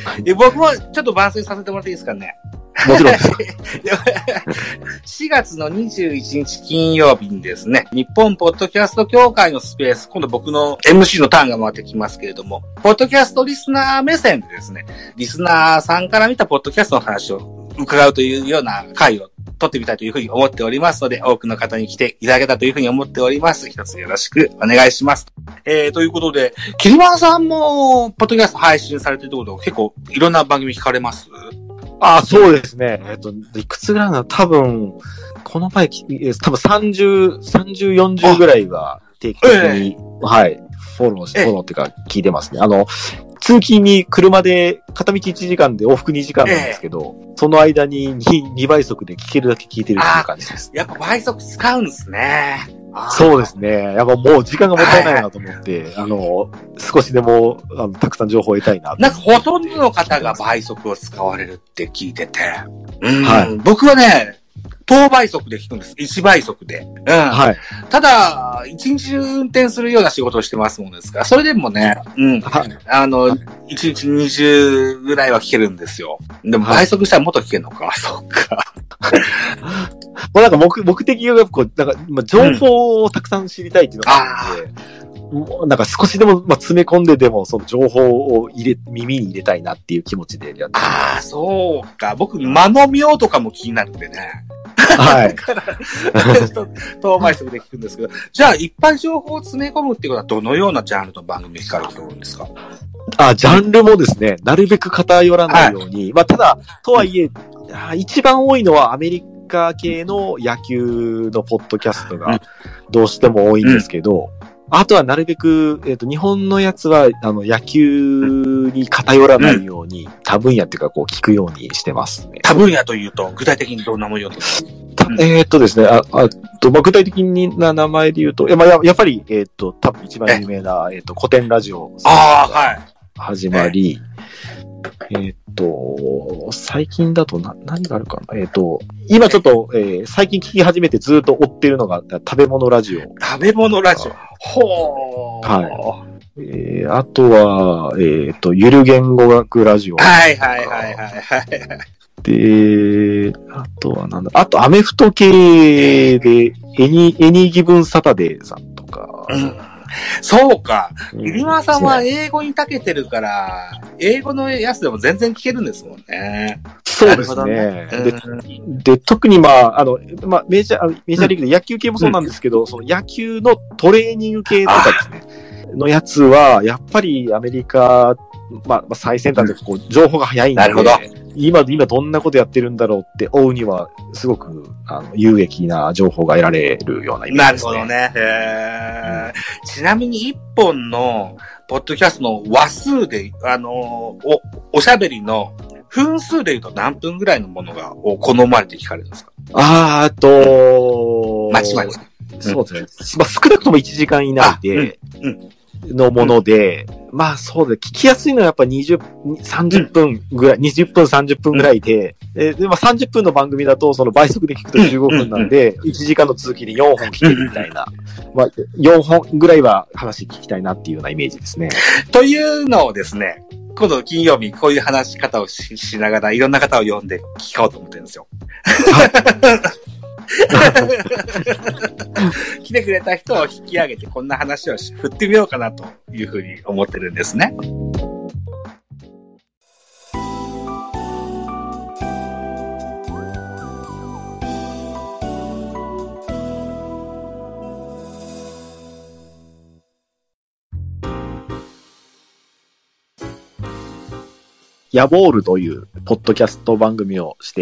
僕もちょっと番宣させてもらっていいですかね。 もちろんです。 4月の21日金曜日にですね、日本ポッドキャスト協会のスペース、今度僕の MC のターンが回ってきますけれども、ポッドキャストリスナー目線でですね、リスナーさんから見たポッドキャストの話を伺うというような会を撮ってみたいというふうに思っておりますので、多くの方に来ていただけたというふうに思っております。一つよろしくお願いします。ということで、キリマンさんもポッドキャスト配信されてるってこと結構いろんな番組聞かれます？ そうですね。いくつぐらいなの？多分、この前、多分30、40ぐらいは定期的に、はい、フォローっていうか聞いてますね。通勤に車で片道1時間で往復2時間なんですけど、その間に 2倍速で聞けるだけ聞いてるっていう感じです。 やっぱ倍速使うんですね。 そうですね。やっぱもう時間がもったいないなと思って、少しでも、たくさん情報を得たいな。 なんかほとんどの方が倍速を使われるって聞いてて。 はい。 僕はね、等倍速で聞くんです。1倍速で。 はい。 ただ、1日中運転するような仕事をしてますもんですから、それでもね、はい。1日20ぐらいは聞けるんですよ。でも倍速したらもっと聞けるのか。そっか。 もうなんか目的がこう、なんか、情報をたくさん知りたいっていうのがあるので、もうなんか少しでも、詰め込んででも、その情報を耳に入れたいなっていう気持ちでやってます。 そうか。僕、間の妙とかも気になるんでね。 はい。 だから、遠回しで聞くんですけど、じゃあ、いっぱい情報を詰め込むっていうことは、どのようなジャンルの番組に聞かれると思うんですか？ ジャンルもですね、なるべく偏らないように、ただ、とはいえ、一番多いのはアメリカ系の野球のポッドキャストがどうしても多いんですけど、あとはなるべく、日本のやつは、野球に偏らないように、多分野っていうか、こう、聞くようにしてますね。 多分野というと、具体的にどんなものですか？ ですね、具体的な名前で言うと、やっぱり、多分一番有名な、古典ラジオ。 はい。 始まり、最近だと何があるかな。今ちょっと、最近聞き始めてずっと追ってるのが、食べ物ラジオ。 食べ物ラジオ。ほー。 はい。あとは、ゆる言語学ラジオ。 はい。 で、あとはあとアメフト系で、エニギブンサタデーさんとか。 そうか。ゆりまさんは英語に長けてるから、英語のやつでも全然聞けるんですもんね。 そうですね。で、特にメジャーリーグで野球系もそうなんですけど、その野球のトレーニング系とかですね、のやつは、やっぱりアメリカ、最先端でこう、情報が早いんで、 なるほど。 今どんなことやってるんだろうって追うには、すごく、有益な情報が得られるようなイメージですね。 なるほどね。ちなみに一本の、ポッドキャストの話数で、おしゃべりの分数で言うと何分ぐらいのものが、好まれて聞かれるんですか？まちまち。 そうですね。少なくとも1時間以内で、のもので、そうで、聞きやすいのはやっぱ30分ぐらい、20分、30分ぐらいで、30分の番組だと、その倍速で聞くと15分なんで、1時間の続きで4本聞けるみたいな。4本ぐらいは話聞きたいなっていうようなイメージですね。 というのをですね、今度金曜日こういう話し方を しながらいろんな方を呼んで聞こうと思ってるんですよ。来てくれた人を引き上げてこんな話を振ってみようかなというふうに思ってるんですね。 ヤボールというポッドキャスト番組をして、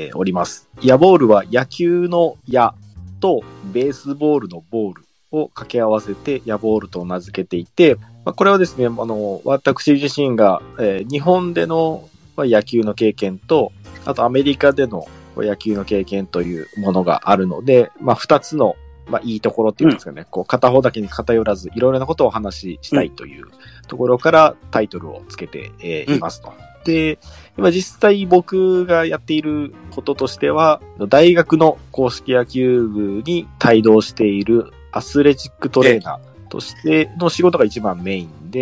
おります。ヤボールは野球の矢とベースボールのボールを掛け合わせてヤボールと名付けていて、これはですね、私自身が、日本での野球の経験と、あとアメリカでの野球の経験というものがあるので、二つのいいところっていうんですかね、こう片方だけに偏らずいろいろなことをお話ししたいというところからタイトルをつけて、いますと。で、今実際僕がやっていることとしては、大学の硬式野球部に帯同しているアスレチックトレーナーとしての仕事が一番メインで、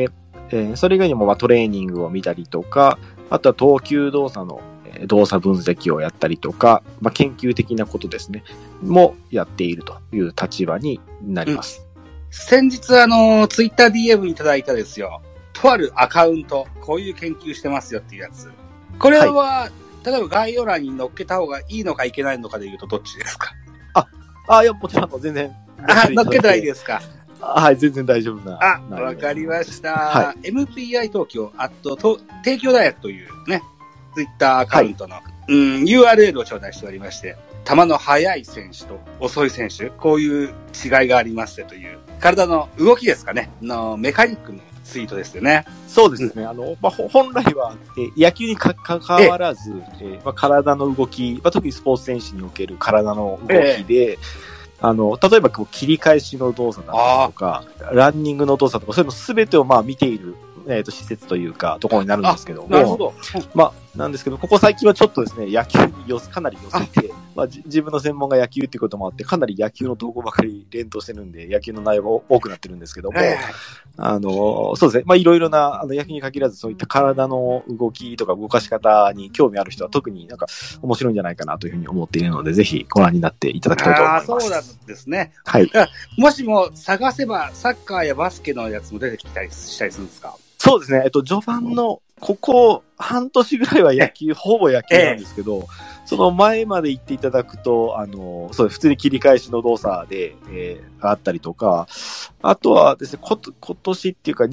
それ以外にもトレーニングを見たりとか、あとは投球動作の動作分析をやったりとか、研究的なことですね、もやっているという立場になります。 先日ツイッター DM いただいたですよ。とあるアカウント、こういう研究してますよっていうやつ。これは、例えば概要欄に載っけた方がいいのかいけないのかで言うとどっちですか？ いや、もちろん全然。 載っけたらいいですか？ はい、全然大丈夫な。 わかりました。 はい、 MPI 東京、帝京大学というね、ツイッターアカウントの、URL を頂戴しておりまして、球の速い選手と遅い選手、こういう違いがありますという、体の動きですかね、メカニックのツイートですよね。 そうですね。本来は、野球に関わらず、体の動き、特にスポーツ選手における体の動きで、例えば切り返しの動作だったりとか、ランニングの動作とか、そういうのすべてを見ている、施設というか、ところになるんですけども。 なるほど。 なんですけど、ここ最近はちょっとですね、野球にかなり寄せて、自分の専門が野球っていうこともあって、かなり野球の動向ばかり連投してるんで、野球の内容が多くなってるんですけども、そうですね、いろいろな、野球に限らずそういった体の動きとか動かし方に興味ある人は特に面白いんじゃないかなというふうに思っているので、ぜひご覧になっていただきたいと思います。 そうなんですね。 はい。 もしも探せば、サッカーやバスケのやつも出てきたりしたりするんですか？ そうですね。序盤の、ここ半年ぐらいはほぼ野球なんですけど、その前まで言っていただくと、そうです。普通に切り返しの動作で、あったりとか、あとはですね、今年っていうか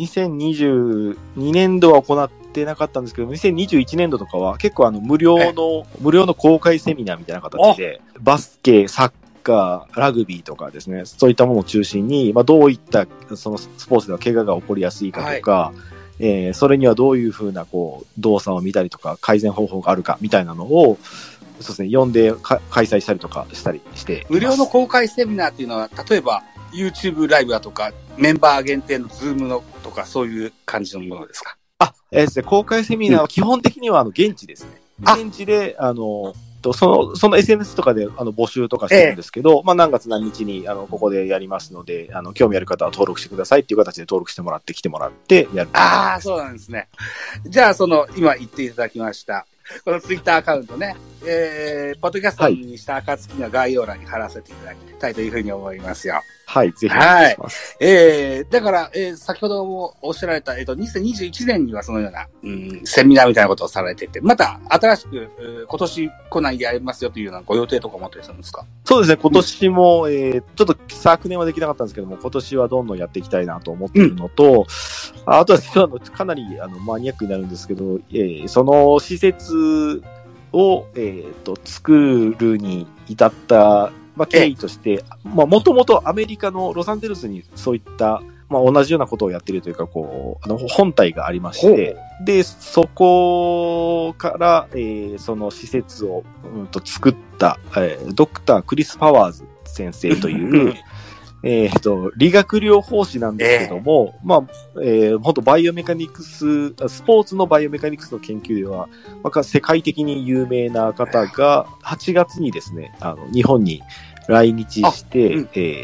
2022年度は行ってなかったんですけど、2021年度とかは結構無料の公開セミナーみたいな形で、バスケ、サッカー、ラグビーとかですね、そういったものを中心に、どういったそのスポーツでは怪我が起こりやすいかとか、それにはどういうふうな動作を見たりとか改善方法があるかみたいなのをそうですね、呼んで開催したりとかしたりしています。 無料の公開セミナーっていうのは、例えば YouTube ライブだとかメンバー限定の Zoom のとかそういう感じのものですか？ ですね、公開セミナーは基本的には現地ですね。現地でその SNS とかで募集とかしてるんですけど、何月何日にここでやりますので、興味ある方は登録してくださいっていう形で登録してもらって来てもらってやる。 そうなんですね。じゃあ今言っていただきましたこのツイッターアカウントね、ポッドキャストにした暁には概要欄に貼らせていただきたいというふうに思いますよ。 はい、ぜひお願いします。 だから、先ほどもおっしゃられた、2021年にはそのような、セミナーみたいなことをされてて、また新しく、今年来ないでやりますよというようなご予定とか持ってるんですか？ そうですね、今年も、ちょっと昨年はできなかったんですけども、今年はどんどんやっていきたいなと思っているのと、あとはかなりマニアックになるんですけど、その施設を、作るに至った、経緯として、もともとアメリカのロサンゼルスにそういった、同じようなことをやっているというか、本体がありまして、で、そこから、その施設を、作った、ドクター・クリス・パワーズ先生という、理学療法士なんですけども、本当バイオメカニクス、スポーツのバイオメカニクスの研究では、世界的に有名な方が、8月にですね、日本に来日して、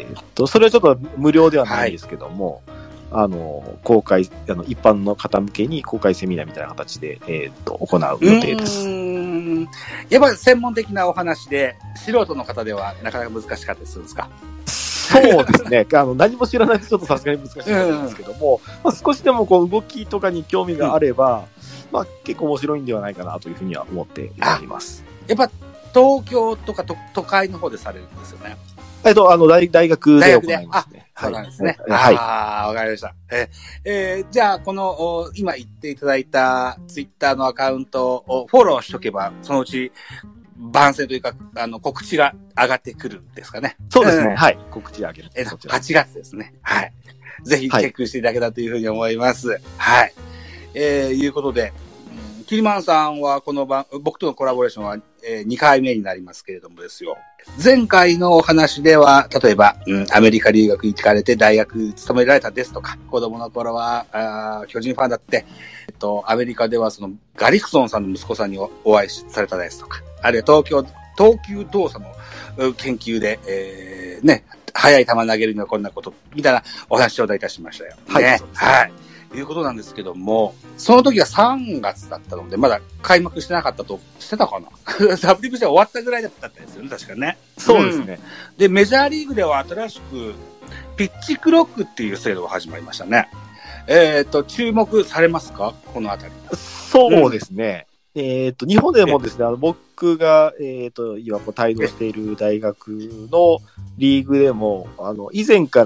それはちょっと無料ではないんですけども、公開、一般の方向けに公開セミナーみたいな形で、行う予定です。 やっぱり専門的なお話で、素人の方ではなかなか難しかったりするんですか？ そうですね。何も知らないとちょっとさすがに難しいと思うんですけども、少しでも動きとかに興味があれば、結構面白いんではないかなというふうには思っています。 やっぱ東京とか都会の方でされるんですよね。 大学で行いますね。 そうなんですね。 はい。 わかりました。じゃあ、今言っていただいたツイッターのアカウントをフォローしとけば、そのうち、番宣というか、告知が上がってくるんですかね。 そうですね。はい。告知上げる。 8月ですね。はい。ぜひチェックしていただけたらというふうに思います。はい。いうことで、キリマンさんは僕とのコラボレーションは、2回目になりますけれどもですよ。前回のお話では、例えば、アメリカ留学に行かれて大学勤められたですとか、子供の頃は、巨人ファンだって、アメリカではガリクソンさんの息子さんにお会いされたですとか、あるいは投球動作の研究で、速い球投げるにはこんなこと、みたいなお話を頂戴いたしましたよ。 はい。 ね。はい。 いうことなんですけども、その時は3月だったので、まだ開幕してなかったと、してたかなWBC は終わったぐらいだったんですよね、確かね。 そうですね。 で、メジャーリーグでは新しく、ピッチクロックっていう制度が始まりましたね。注目されますかこのあたり。 そうですね。日本でもですね、僕が、今帯同している大学のリーグでも、以前から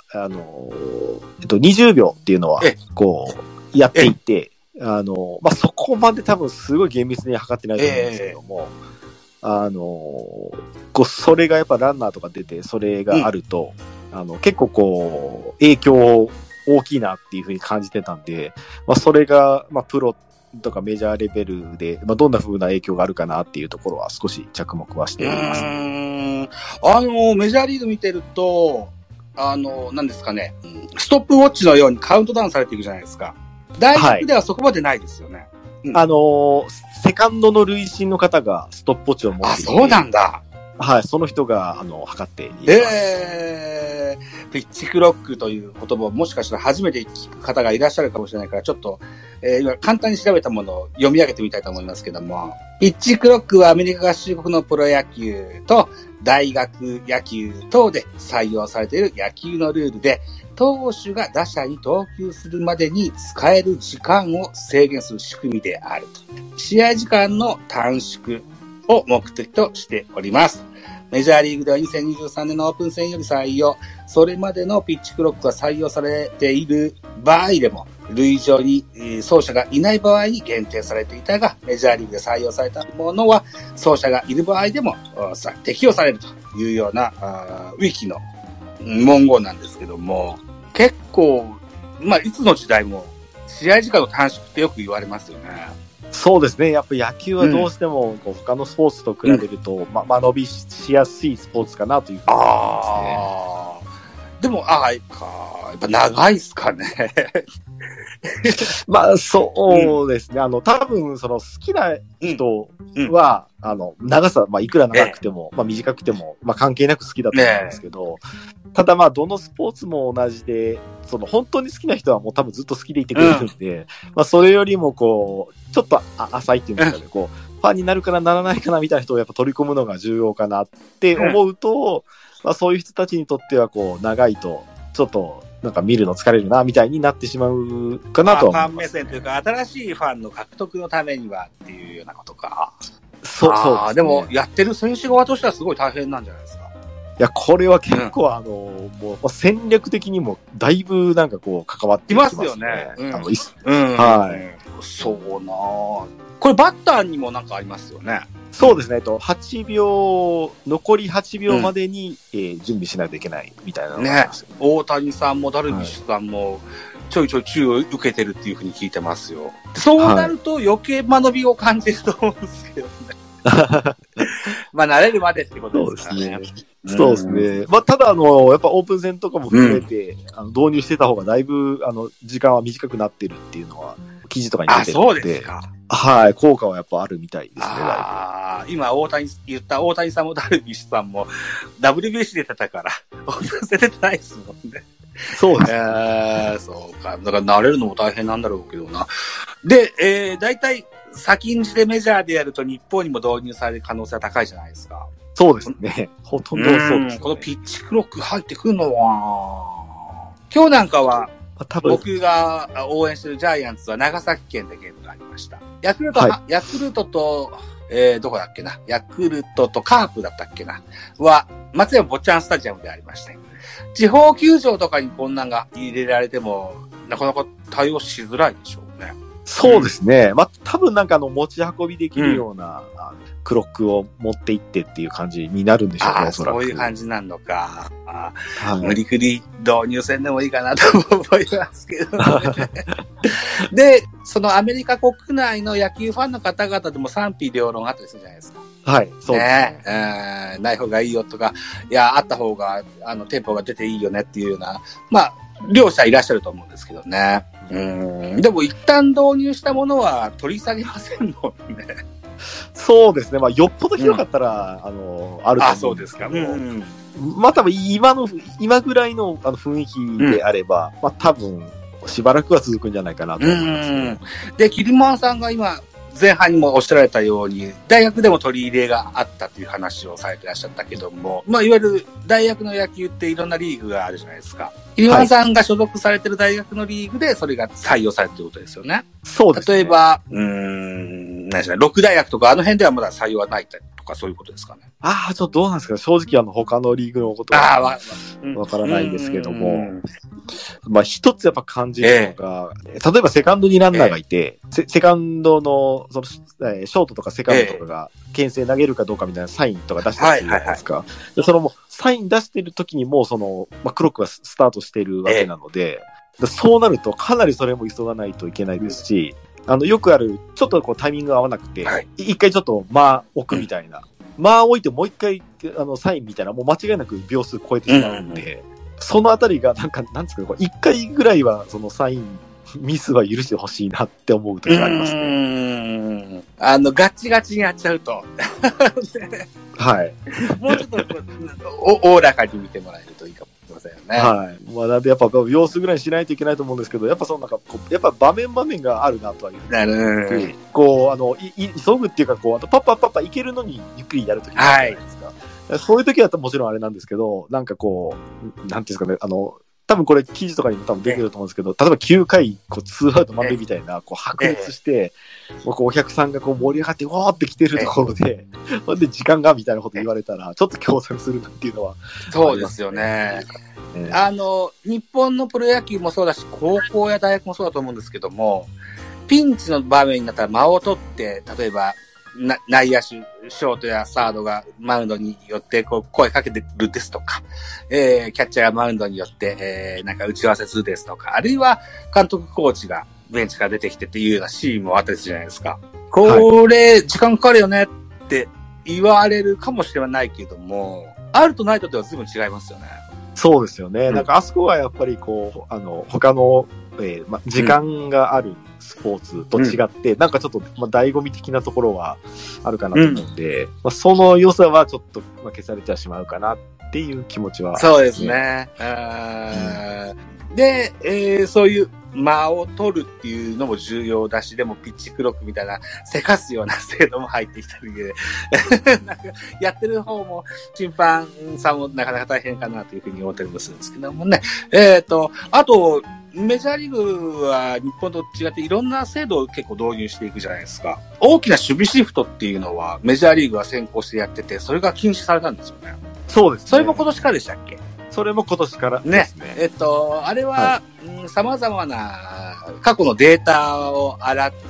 、20秒っていうのは、こう、やっていて、そこまで多分すごい厳密に測ってないと思うんですけども、それがやっぱランナーとか出て、それがあると、結構こう、影響大きいなっていうふうに感じてたんで、それが、プロとかメジャーレベルで、どんな風な影響があるかなっていうところは少し着目はしております。 メジャーリーグ見てると、何ですかね、ストップウォッチのようにカウントダウンされていくじゃないですか。大学ではそこまでないですよね。 セカンドの塁審の方がストップウォッチを持っていて。 そうなんだ。 はい、その人が、測っています。 ピッチクロックという言葉をもしかしたら初めて聞く方がいらっしゃるかもしれないから、ちょっと、今簡単に調べたものを読み上げてみたいと思いますけども、ピッチクロックはアメリカ合衆国のプロ野球と大学野球等で採用されている野球のルールで、投手が打者に投球するまでに使える時間を制限する仕組みであると。試合時間の短縮を目的としております。メジャーリーグでは2023年のオープン戦より採用、それまでのピッチクロックが採用されている場合でも、塁上に走者がいない場合に限定されていたが、メジャーリーグで採用されたものは、走者がいる場合でも適用されるというようなウィキの文言なんですけども、結構、いつの時代も試合時間の短縮ってよく言われますよね。 そうですね。やっぱ野球はどうしても他のスポーツと比べると、間延びしやすいスポーツかなというふうに思いますね。 でも、やっぱ長いっすかね。 そうですね。多分、好きな人は、長さ、いくら長くても、短くても、関係なく好きだと思うんですけど、ただどのスポーツも同じで、本当に好きな人はもう多分ずっと好きでいてくれるんで、それよりもちょっと浅いっていうんですかね、ファンになるかな、ならないかなみたいな人をやっぱ取り込むのが重要かなって思うと、そういう人たちにとっては長いと、ちょっと、見るの疲れるな、みたいになってしまうかなとは思います。 ファン目線というか、新しいファンの獲得のためにはっていうようなことか。 そうですね。 でも、やってる選手側としてはすごい大変なんじゃないですか。 いや、これは結構もう戦略的にもだいぶ関わってきますね。 いますよね。 はい。 そうなこれバッターにもありますよね。 そうですね。8秒、残り8秒までに、準備しないといけないみたいなのがありますよね。 大谷さんもダルビッシュさんも、ちょいちょい注意を受けてるっていうふうに聞いてますよ。そうなると余計間延びを感じると思うんですけどね。慣れるまでってことですからね。 そうですね。ただやっぱオープン戦とかも含めて、導入してた方がだいぶ、時間は短くなってるっていうのは、記事とかに出てるので。 そうですか。 はい、効果はやっぱあるみたいですね。 今、言った大谷さんもダルビッシュさんも、WBC 出てたから、オープン戦出てないですもんね。 そうですね。 そうか。だから慣れるのも大変なんだろうけどな。で、大体、先んじてメジャーでやると日本にも導入される可能性は高いじゃないですか。 そうですね。ほとんどそうですね。 このピッチクロック入ってくるのは、今日なんかは、僕が応援してるジャイアンツは長崎県でゲームがありました。ヤクルトと、どこだっけな。ヤクルトとカープだったっけな。は、松山坊ちゃんスタジアムでありました。地方球場とかにこんなんが入れられても、なかなか対応しづらいでしょうね。 そうですね。多分持ち運びできるような、クロックを持って行ってっていう感じになるんでしょうね、おそらく。 そういう感じなのか。無理くり導入戦でもいいかなと思いますけどね。で、そのアメリカ国内の野球ファンの方々でも賛否両論あったりするじゃないですか。 はい、そうですね。ない方がいいよとか、いや、あった方が、テンポが出ていいよねっていうような、両者いらっしゃると思うんですけどね。でも一旦導入したものは取り下げませんもんね。 そうですね。よっぽど広かったら、あると思うんですけど。 そうですか。 多分今ぐらいの雰囲気であれば、多分しばらくは続くんじゃないかなと思いますね。 で、キリマンさんが今、前半にもおっしゃられたように、大学でも取り入れがあったという話をされてらっしゃったけども、まあ、いわゆる大学の野球っていろんなリーグがあるじゃないですか。キリマンさんが所属されてる大学のリーグで、それが採用されてることですよね。 そうですね。 例えば、何でしょうね、六大学とかあの辺ではまだ採用はないとかそういうことですかね。 ああ、ちょっとどうなんですか、正直他のリーグのことはわからないんですけども、まあ一つやっぱ感じるのが、例えばセカンドにランナーがいて、セカンドの、その、ショートとかセカンドとかが、牽制投げるかどうかみたいなサインとか出してるじゃないですか。でそのもう、サイン出してる時にもうその、まあクロックがスタートしてるわけなので、そうなるとかなりそれも急がないといけないですし、よくある、ちょっとこうタイミングが合わなくて、一回ちょっと間置くみたいな。間置いてもう一回、サインみたいな、もう間違いなく秒数超えてしまうんで、そのあたりが、なんですかね、一回ぐらいは、そのサイン、ミスは許してほしいなって思う時がありますね。 ガチガチにやっちゃうと。 はい。 もうちょっと、おおらかに見てもらえるといいかもしれませんよね。 はい。まあ、なんでやっぱ、様子ぐらいしないといけないと思うんですけど、やっぱそのなんか、やっぱ場面があるなとはいう。 なるこう、急ぐっていうか、こう、パッパいけるのにゆっくりやるときあるじゃないですか。はい、そういう時はもちろんあれなんですけど、なんかこう、なんていうんですかね、多分これ記事とかにも多分出てると思うんですけど、例えば9回、こう、ツーアウト満塁みたいな、こう、白熱して、こうお客さんがこう盛り上がって、わーって来てるところで、ほんで時間がみたいなこと言われたら、ちょっと協賛するなっていうのは、 そうですよね。日本のプロ野球もそうだし、高校や大学もそうだと思うんですけども、ピンチの場面になったら間を取って、例えば、内野手、ショートやサードがマウンドによってこう声かけてるですとか、キャッチャーがマウンドによって、なんか打ち合わせするですとか、あるいは監督コーチがベンチから出てきてっていうようなシーンもあったりするじゃないですか。これ、時間かかるよねって言われるかもしれないけども、あるとないとでは随分違いますよね。 そうですよね。なんかあそこはやっぱりこう、他の、時間があるスポーツと違って、なんかちょっと、醍醐味的なところはあるかなと思うんで、その良さはちょっと、消されてはしまうかなっていう気持ちは、 そうですね。で、そういう間を取るっていうのも重要だし、でもピッチクロックみたいなせかすような制度も入ってきたりで、なんかやってる方も審判さんもなかなか大変かなというふうに思ったりもするんですけどもね。あと、メジャーリーグは日本と違っていろんな制度を結構導入していくじゃないですか。大きな守備シフトっていうのはメジャーリーグは先行してやってて、それが禁止されたんですよね。 そうですね。 それも今年からでしたっけ？ それも今年からですね。 あれは、様々な過去のデータを洗って、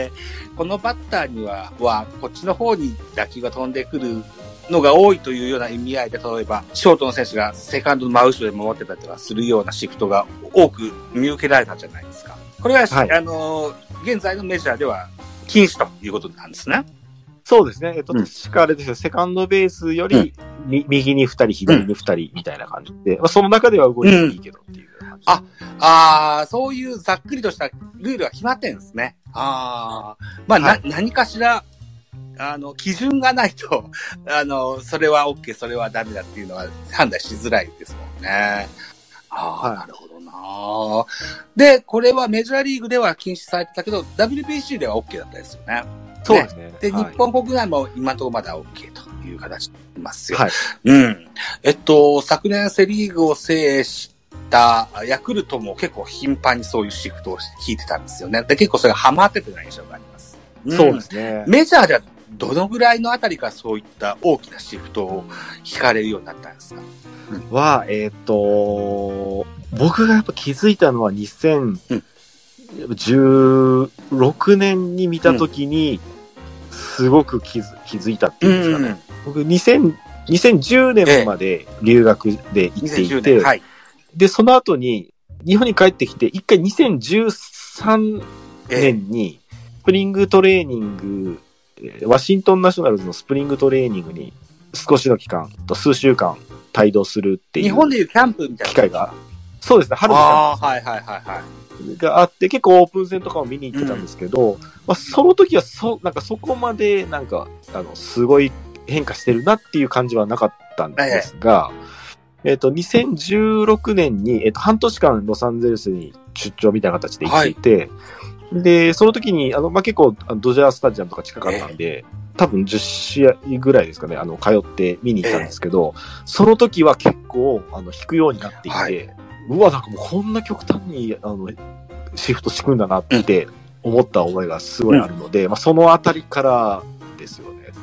このバッターにはこっちの方に打球が飛んでくるのが多いというような意味合いで、例えば、ショートの選手がセカンドの真後ろで守ってたりとかするようなシフトが多く見受けられたじゃないですか。これは、現在のメジャーでは禁止ということなんですね。 そうですね。確かあれですよ、セカンドベースより、右に2人、左に2人みたいな感じで、その中では動いていいけどっていう感じ。 そういうざっくりとしたルールが決まってるんですね。何かしら、基準がないと、それは OK、それはダメだっていうのは判断しづらいですもんね。なるほどな。で、これはメジャーリーグでは禁止されてたけど、WBC では OK だったですよね。 そうですね。 で、日本国内も今のところまだ OK という形になりますよ。 はい。 昨年セリーグを制したヤクルトも結構頻繁にそういうシフトを引いてたんですよね。で、結構それがハマってた印象があります。 そうですね。 メジャーではどのぐらいのあたりからそういった大きなシフトを引かれるようになったんですか？ 僕がやっぱ気づいたのは2016年に見たときに、すごく気づいたっていうんですかね。僕2010年まで留学で行っていて、で、その後に日本に帰ってきて、一回2013年にスプリングトレーニング、ワシントンナショナルズのスプリングトレーニングに少しの期間と数週間帯同するっていう。 日本でいうキャンプみたいな。 機会が。そうですね、春のキャンプ。 はい。 があって、結構オープン戦とかも見に行ってたんですけど、その時はそこまで、すごい変化してるなっていう感じはなかったんですが、2016年に、半年間ロサンゼルスに出張みたいな形で行っていて、で、その時に、結構、ドジャースタジアムとか近かったんで、多分10試合ぐらいですかね、通って見に行ったんですけど、その時は結構、引くようになっていて、うわ、なんかもうこんな極端に、シフト敷くんだなって思った覚えがすごいあるので、そのあたりからですよね。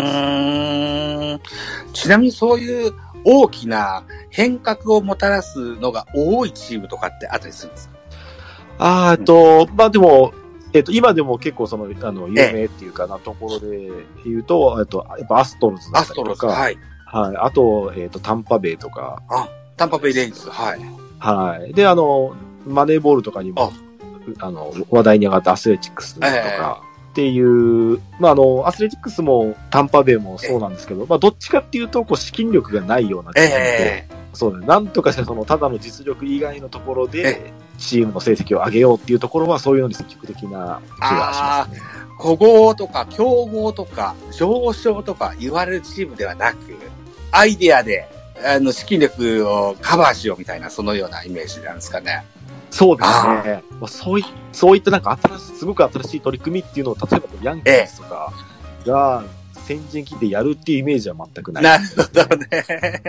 ちなみにそういう大きな変革をもたらすのが多いチームとかってあったりするんですか？ でも、今でも結構有名っていうかなところで言うと、やっぱアストロズだったりとか、はい。あと、タンパベイとか。 タンパベイレイズ、はい。 はい。で、マネーボールとかにも、話題に上がったアスレチックスとか、っていう、アスレチックスもタンパベイもそうなんですけど、どっちかっていうと、資金力がないようなチームで、そうね、なんとかしてただの実力以外のところで、チームの成績を上げようっていうところは、そういうのに積極的な気がしますね。 古豪とか強豪とか上昇とか言われるチームではなく、アイデアで、資金力をカバーしようみたいな、そのようなイメージなんですかね。 そうですね。そういったなんかすごく新しい取り組みっていうのを、例えばヤンキースとかが先陣切ってやるっていうイメージは全くない。 なるほどね。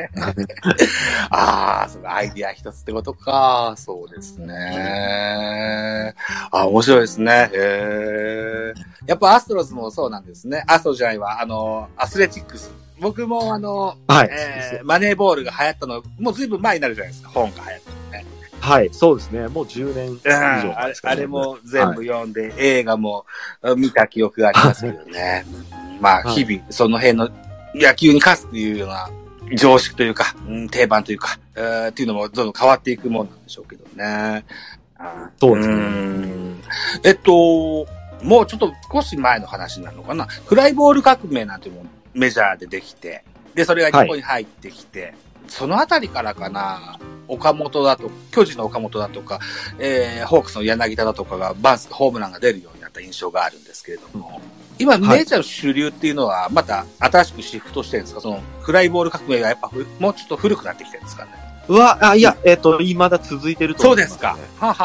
そのアイディア一つってことか。そうですね。面白いですね。やっぱアストロズもそうなんですね。アストロじゃないわ、アスレチックス。僕もマネーボールが流行ったの、もうずいぶん前になるじゃないですか。本が流行ったのね。 はい、そうですね。もう10年以上前ですかね。 あれも全部読んで、映画も見た記憶がありますけどね。日々、その辺の野球に勝つというような常識というか、定番というか、っていうのもどんどん変わっていくもんなんでしょうけどね。 そうですね。 もうちょっと少し前の話になるのかな。フライボール革命なんていうものメジャーでできて、で、それが日本に入ってきて、そのあたりからかな、岡本だと、巨人の岡本だとか、ホークスの柳田だとかがバンスでホームランが出るようになった印象があるんですけれども、今メジャーの主流っていうのはまた新しくシフトしてるんですか？そのフライボール革命がやっぱもうちょっと古くなってきてるんですかね？ いや、未だ続いてると思います、ね。 そうですか。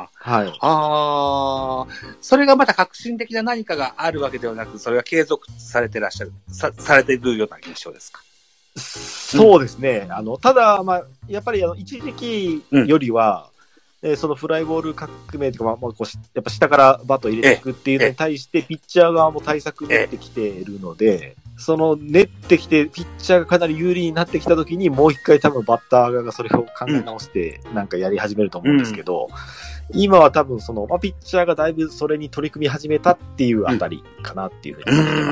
はい。それがまた革新的な何かがあるわけではなく、それが継続されてらっしゃる、されているような印象ですか？ そうですね。ただ、やっぱり一時期よりは、そのフライボール革命というか、やっぱ下からバットを入れていくっていうのに対して、ピッチャー側も対策練ってきているので、その練ってきて、ピッチャーがかなり有利になってきたときに、もう一回多分バッター側がそれを考え直して、なんかやり始めると思うんですけど、今は多分ピッチャーがだいぶそれに取り組み始めたっていうあたりかなっていうふうに思ってます。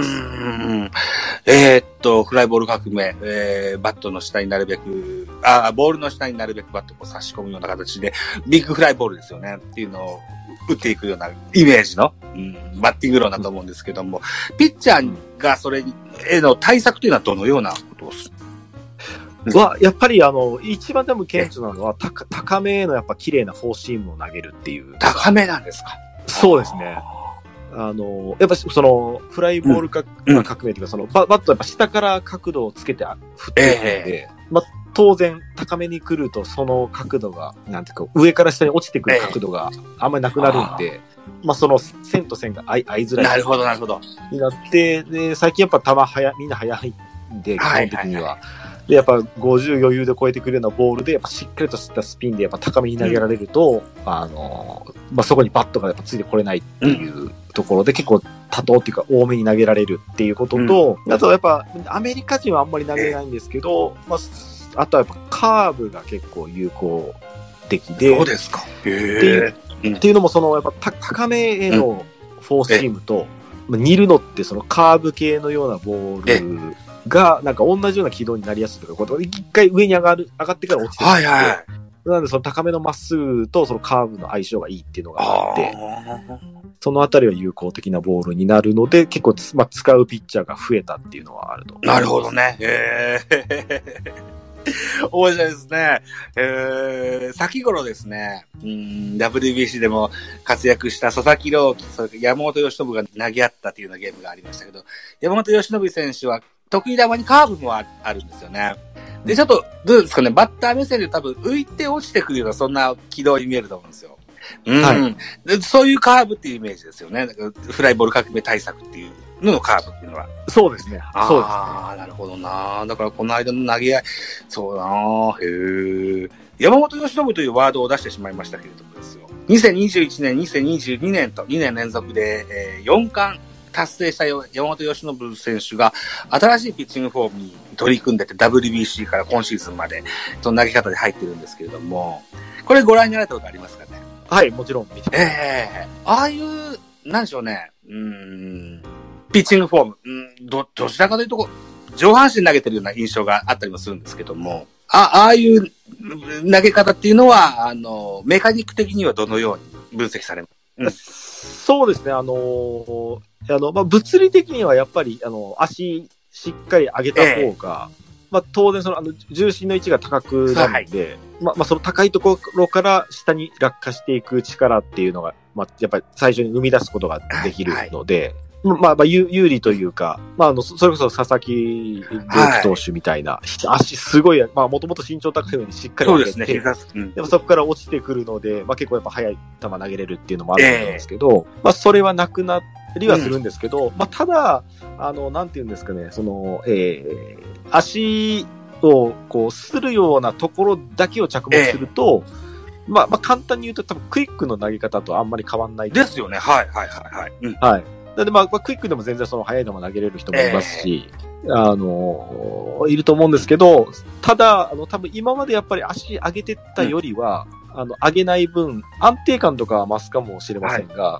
フライボール革命、バットの下になるべく、ボールの下になるべくバットを差し込むような形で、ビッグフライボールですよねっていうのを打っていくようなイメージの、バッティング論だと思うんですけども、ピッチャーがそれへの対策というのはどのようなことをする？ やっぱり一番多分顕著なのは、高めへのやっぱ綺麗なフォーシームを投げるっていう。 高めなんですか？ そうですね。やっぱフライボール革命というか、バットやっぱ下から角度をつけて振っていくので、当然高めに来るとその角度が、なんていうか、上から下に落ちてくる角度があんまりなくなるんで、その線と線が合いづらい。 なるほど、なるほど。 になって、で、最近やっぱみんな速いんで、基本的には。で、やっぱ50余裕で超えてくるようなボールで、やっぱしっかりとしたスピンでやっぱ高めに投げられると、そこにバットがやっぱついてこれないっていうところで、結構多投っていうか多めに投げられるっていうことと、あとやっぱアメリカ人はあんまり投げないんですけど、あとはやっぱカーブが結構有効的で。 そうですか。 っていうのもやっぱ高めへのフォーシームと、似るのってそのカーブ系のようなボールが、なんか同じような軌道になりやすいということで、一回上に上がってから落ちてくる。なのでその高めのまっすぐとそのカーブの相性がいいっていうのがあって、そのあたりは有効的なボールになるので、結構使うピッチャーが増えたっていうのはあると思います。 なるほどね。面白いですね。先頃ですね、WBC でも活躍した佐々木朗希、それから山本由伸が投げ合ったっていうようなゲームがありましたけど、山本由伸選手は得意球にカーブもあるんですよね。で、ちょっと、どうですかね、バッター目線で多分浮いて落ちてくるような、そんな軌道に見えると思うんですよ。 はい。そういうカーブっていうイメージですよね。フライボール革命対策っていうののカーブっていうのは。 そうですね。そうですね。 ああ、なるほどな。だからこの間の投げ合い、そうだな。へえ。山本由伸というワードを出してしまいましたけれどもですよ。2021年、2022年と2年連続で、4冠達成した山本由伸選手が新しいピッチングフォームに取り組んでて WBC から今シーズンまでその投げ方で入ってるんですけれども、これご覧になられたことありますかね？ はい、もちろん見てます。 ああいう、なんでしょうね。ピッチングフォーム。どちらかというと、上半身投げてるような印象があったりもするんですけども、ああいう投げ方っていうのは、メカニック的にはどのように分析されます？ そうですね。物理的にはやっぱり、足しっかり上げた方が、当然重心の位置が高くなるんで、その高いところから下に落下していく力っていうのが、やっぱり最初に生み出すことができるので、有利というか、それこそ佐々木朗希投手みたいな、足すごい、もともと身長高いのにしっかり上げて、そうですね、やっぱそこから落ちてくるので、結構やっぱ速い球投げれるっていうのもあると思うんですけど、それはなくなりはするんですけど、ただ、なんていうんですかね、足をこう、するようなところだけを着目すると、簡単に言うと多分クイックの投げ方とあんまり変わんないですよね。はい。 はい。なのでクイックでも全然その速い球投げれる人もいますし、いると思うんですけど、ただ、多分今までやっぱり足上げてったよりは、上げない分、安定感とかは増すかもしれませんが、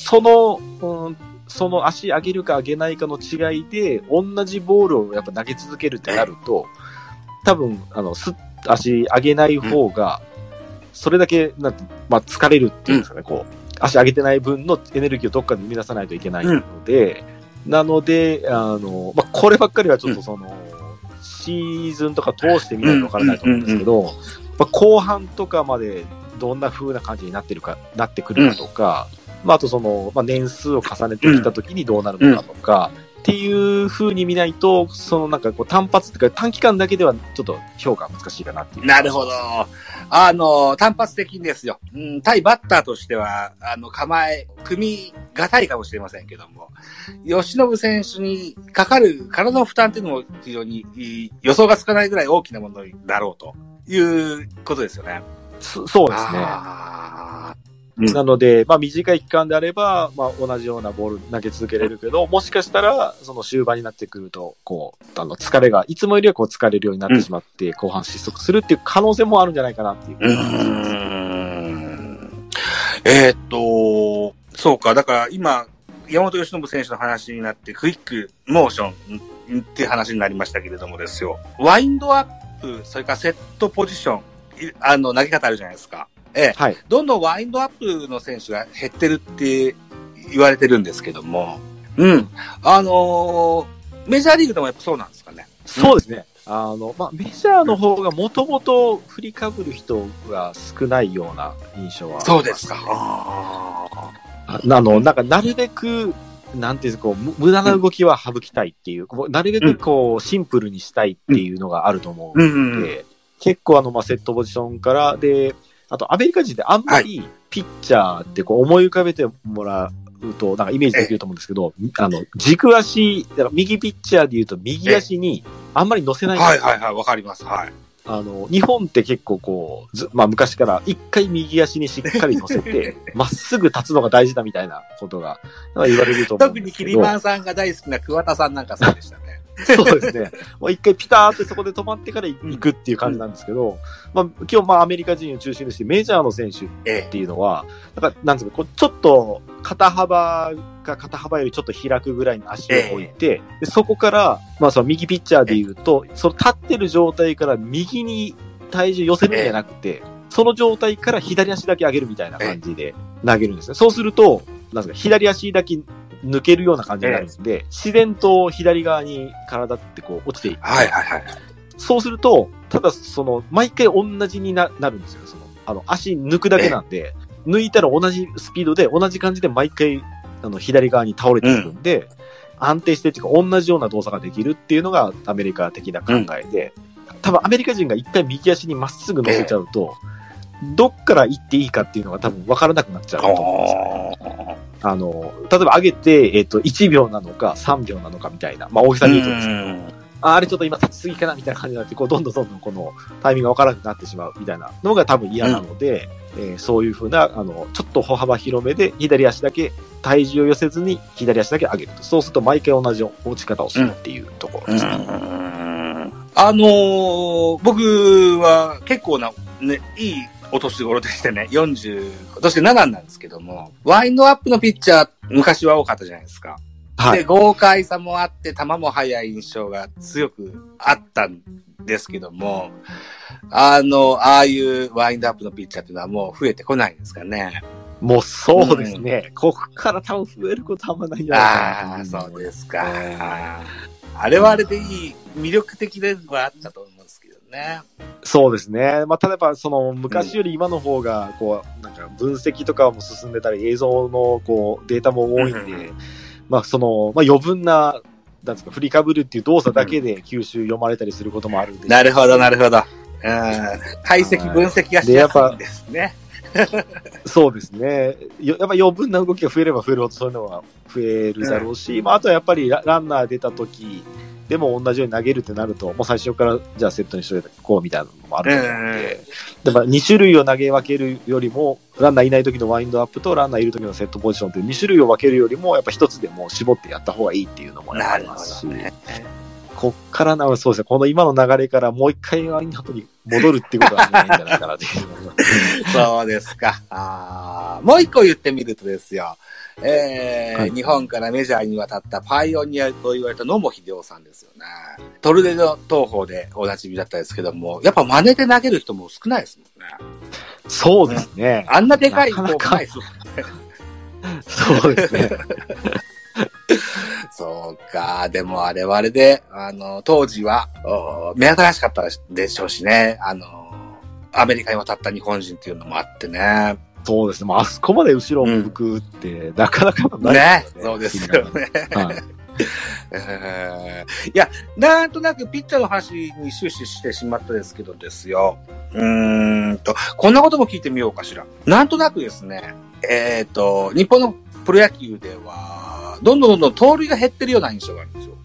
その足上げるか上げないかの違いで、同じボールをやっぱ投げ続けるってなると、多分、足上げない方が、それだけ、疲れるっていうんですかね、こう、足上げてない分のエネルギーをどっかで生み出さないといけないので、なので、こればっかりはちょっとシーズンとか通してみないとわからないと思うんですけど、後半とかまでどんな風な感じになってくるかとか、あと年数を重ねてきた時にどうなるのかとか、っていう風に見ないと、単発っていうか短期間だけではちょっと評価は難しいかなっていう。 なるほど。単発的にですよ。対バッターとしては、組みがたいかもしれませんけども、吉信選手にかかる体の負担っていうのも非常に予想がつかないぐらい大きなものだろうということですよね。 そうですね。なので、短い期間であれば、同じようなボール投げ続けれるけど、もしかしたら、その終盤になってくると、疲れが、いつもよりは疲れるようになってしまって、後半失速するっていう可能性もあるんじゃないかなっていう。 そうか。だから今、山本由伸選手の話になって、クイックモーションっていう話になりましたけれどもですよ。ワインドアップ、それからセットポジション、投げ方あるじゃないですか。はい。どんどんワインドアップの選手が減ってるって言われてるんですけども。メジャーリーグでもやっぱそうなんですかね。 そうですね。メジャーの方がもともと振りかぶる人が少ないような印象はあります、ね。 そうですか。 なるべく、なんていうんですか、無駄な動きは省きたいっていう、なるべくシンプルにしたいっていうのがあると思うので、結構セットポジションからで、あと、アメリカ人ってあんまりピッチャーって思い浮かべてもらうと、イメージできると思うんですけど、軸足、右ピッチャーで言うと右足にあんまり乗せないんですよ。 はい、わかります。はい。 日本って結構昔から一回右足にしっかり乗せて、まっすぐ立つのが大事だみたいなことが言われると思うんですけど。 特にキリマンさんが大好きな桑田さんなんかそうでしたね。 そうですね。もう一回ピターってそこで止まってから行くっていう感じなんですけど、今日アメリカ人を中心にしてメジャーの選手っていうのは、なんですか、ちょっと肩幅よりちょっと開くぐらいに足を置いて、でそこから、その右ピッチャーで言うと、その立ってる状態から右に体重寄せるんじゃなくて、その状態から左足だけ上げるみたいな感じで投げるんですね。そうすると、なんですか、左足だけ抜けるような感じになるんで、自然と左側に体って落ちていく。そうすると、ただ毎回同じになるんですよ。足抜くだけなんで、抜いたら同じスピードで、同じ感じで毎回、左側に倒れていくんで、安定してっていうか、同じような動作ができるっていうのがアメリカ的な考えで、多分アメリカ人が一回右足にまっすぐ乗せちゃうと、 どっから行っていいかっていうのが多分分からなくなっちゃうと思うんですよね。例えば上げて、1秒なのか3秒なのかみたいな、まあ大きさで言うとですけど、あれちょっと今立ちすぎかなみたいな感じになって、こうどんどんこのタイミングが分からなくなってしまうみたいなのが多分嫌なので、そういうふうな、ちょっと歩幅広めで左足だけ体重を寄せずに左足だけ上げると。そうすると毎回同じ落ち方をするっていうところですね。 僕は結構な、ね、いいお年頃でしてね、40、今年7なんですけども、ワインドアップのピッチャー、昔は多かったじゃないですか。はい。で、豪快さもあって、球も速い印象が強くあったんですけども、ああいうワインドアップのピッチャーっていうのはもう増えてこないんですかね。 もうそうですね。ここから多分増えることはあんまないんじゃないかな。 ああ、そうですか。あれはあれでいい、魅力的ではあったと思うんですけどね。 そうですね。まあ、例えば、昔より今の方が、なんか分析とかも進んでたり、映像の、データも多いんで、まあ、余分な、なんですか、振りかぶるっていう動作だけで吸収読まれたりすることもあるんで。 なるほど、なるほど。解析、分析がしやすいんですね。 そうですね。やっぱ余分な動きが増えれば増えるほどそういうのは増えるだろうし、まあ、あとはやっぱりランナー出た時でも同じように投げるってなると、もう最初からじゃあセットにしといてこうみたいなのもあると思うので、でも2種類を投げ分けるよりも、ランナーいない時のワインドアップとランナーいる時のセットポジションっていう2種類を分けるよりも、やっぱ一つでもう絞ってやった方がいいっていうのもありますし。こっからそうですね。この今の流れからもう一回ワインドアップに戻るっていうことはないんじゃないかなっていう。 そうですか。もう一個言ってみるとですよ。はい、日本からメジャーに渡ったパイオニアと言われた野茂英雄さんですよね。トルネード投法でおなじみだったんですけども、やっぱ真似で投げる人も少ないですもんね。 そうですね。 あんなでかいフォークないですもんね。 そうですね。 そうか。でもあれはあれで、当時は、目新しかったでしょうしね。アメリカに渡った日本人っていうのもあってね。 そうですね。あそこまで後ろを向くって、なかなかないですよね。 ね。そうですよね。はいいや、なんとなくピッチャーの話に終始してしまったですけどですよ。こんなことも聞いてみようかしら。なんとなくですね、日本のプロ野球では、どんどん盗塁が減ってるような印象があるんですよ。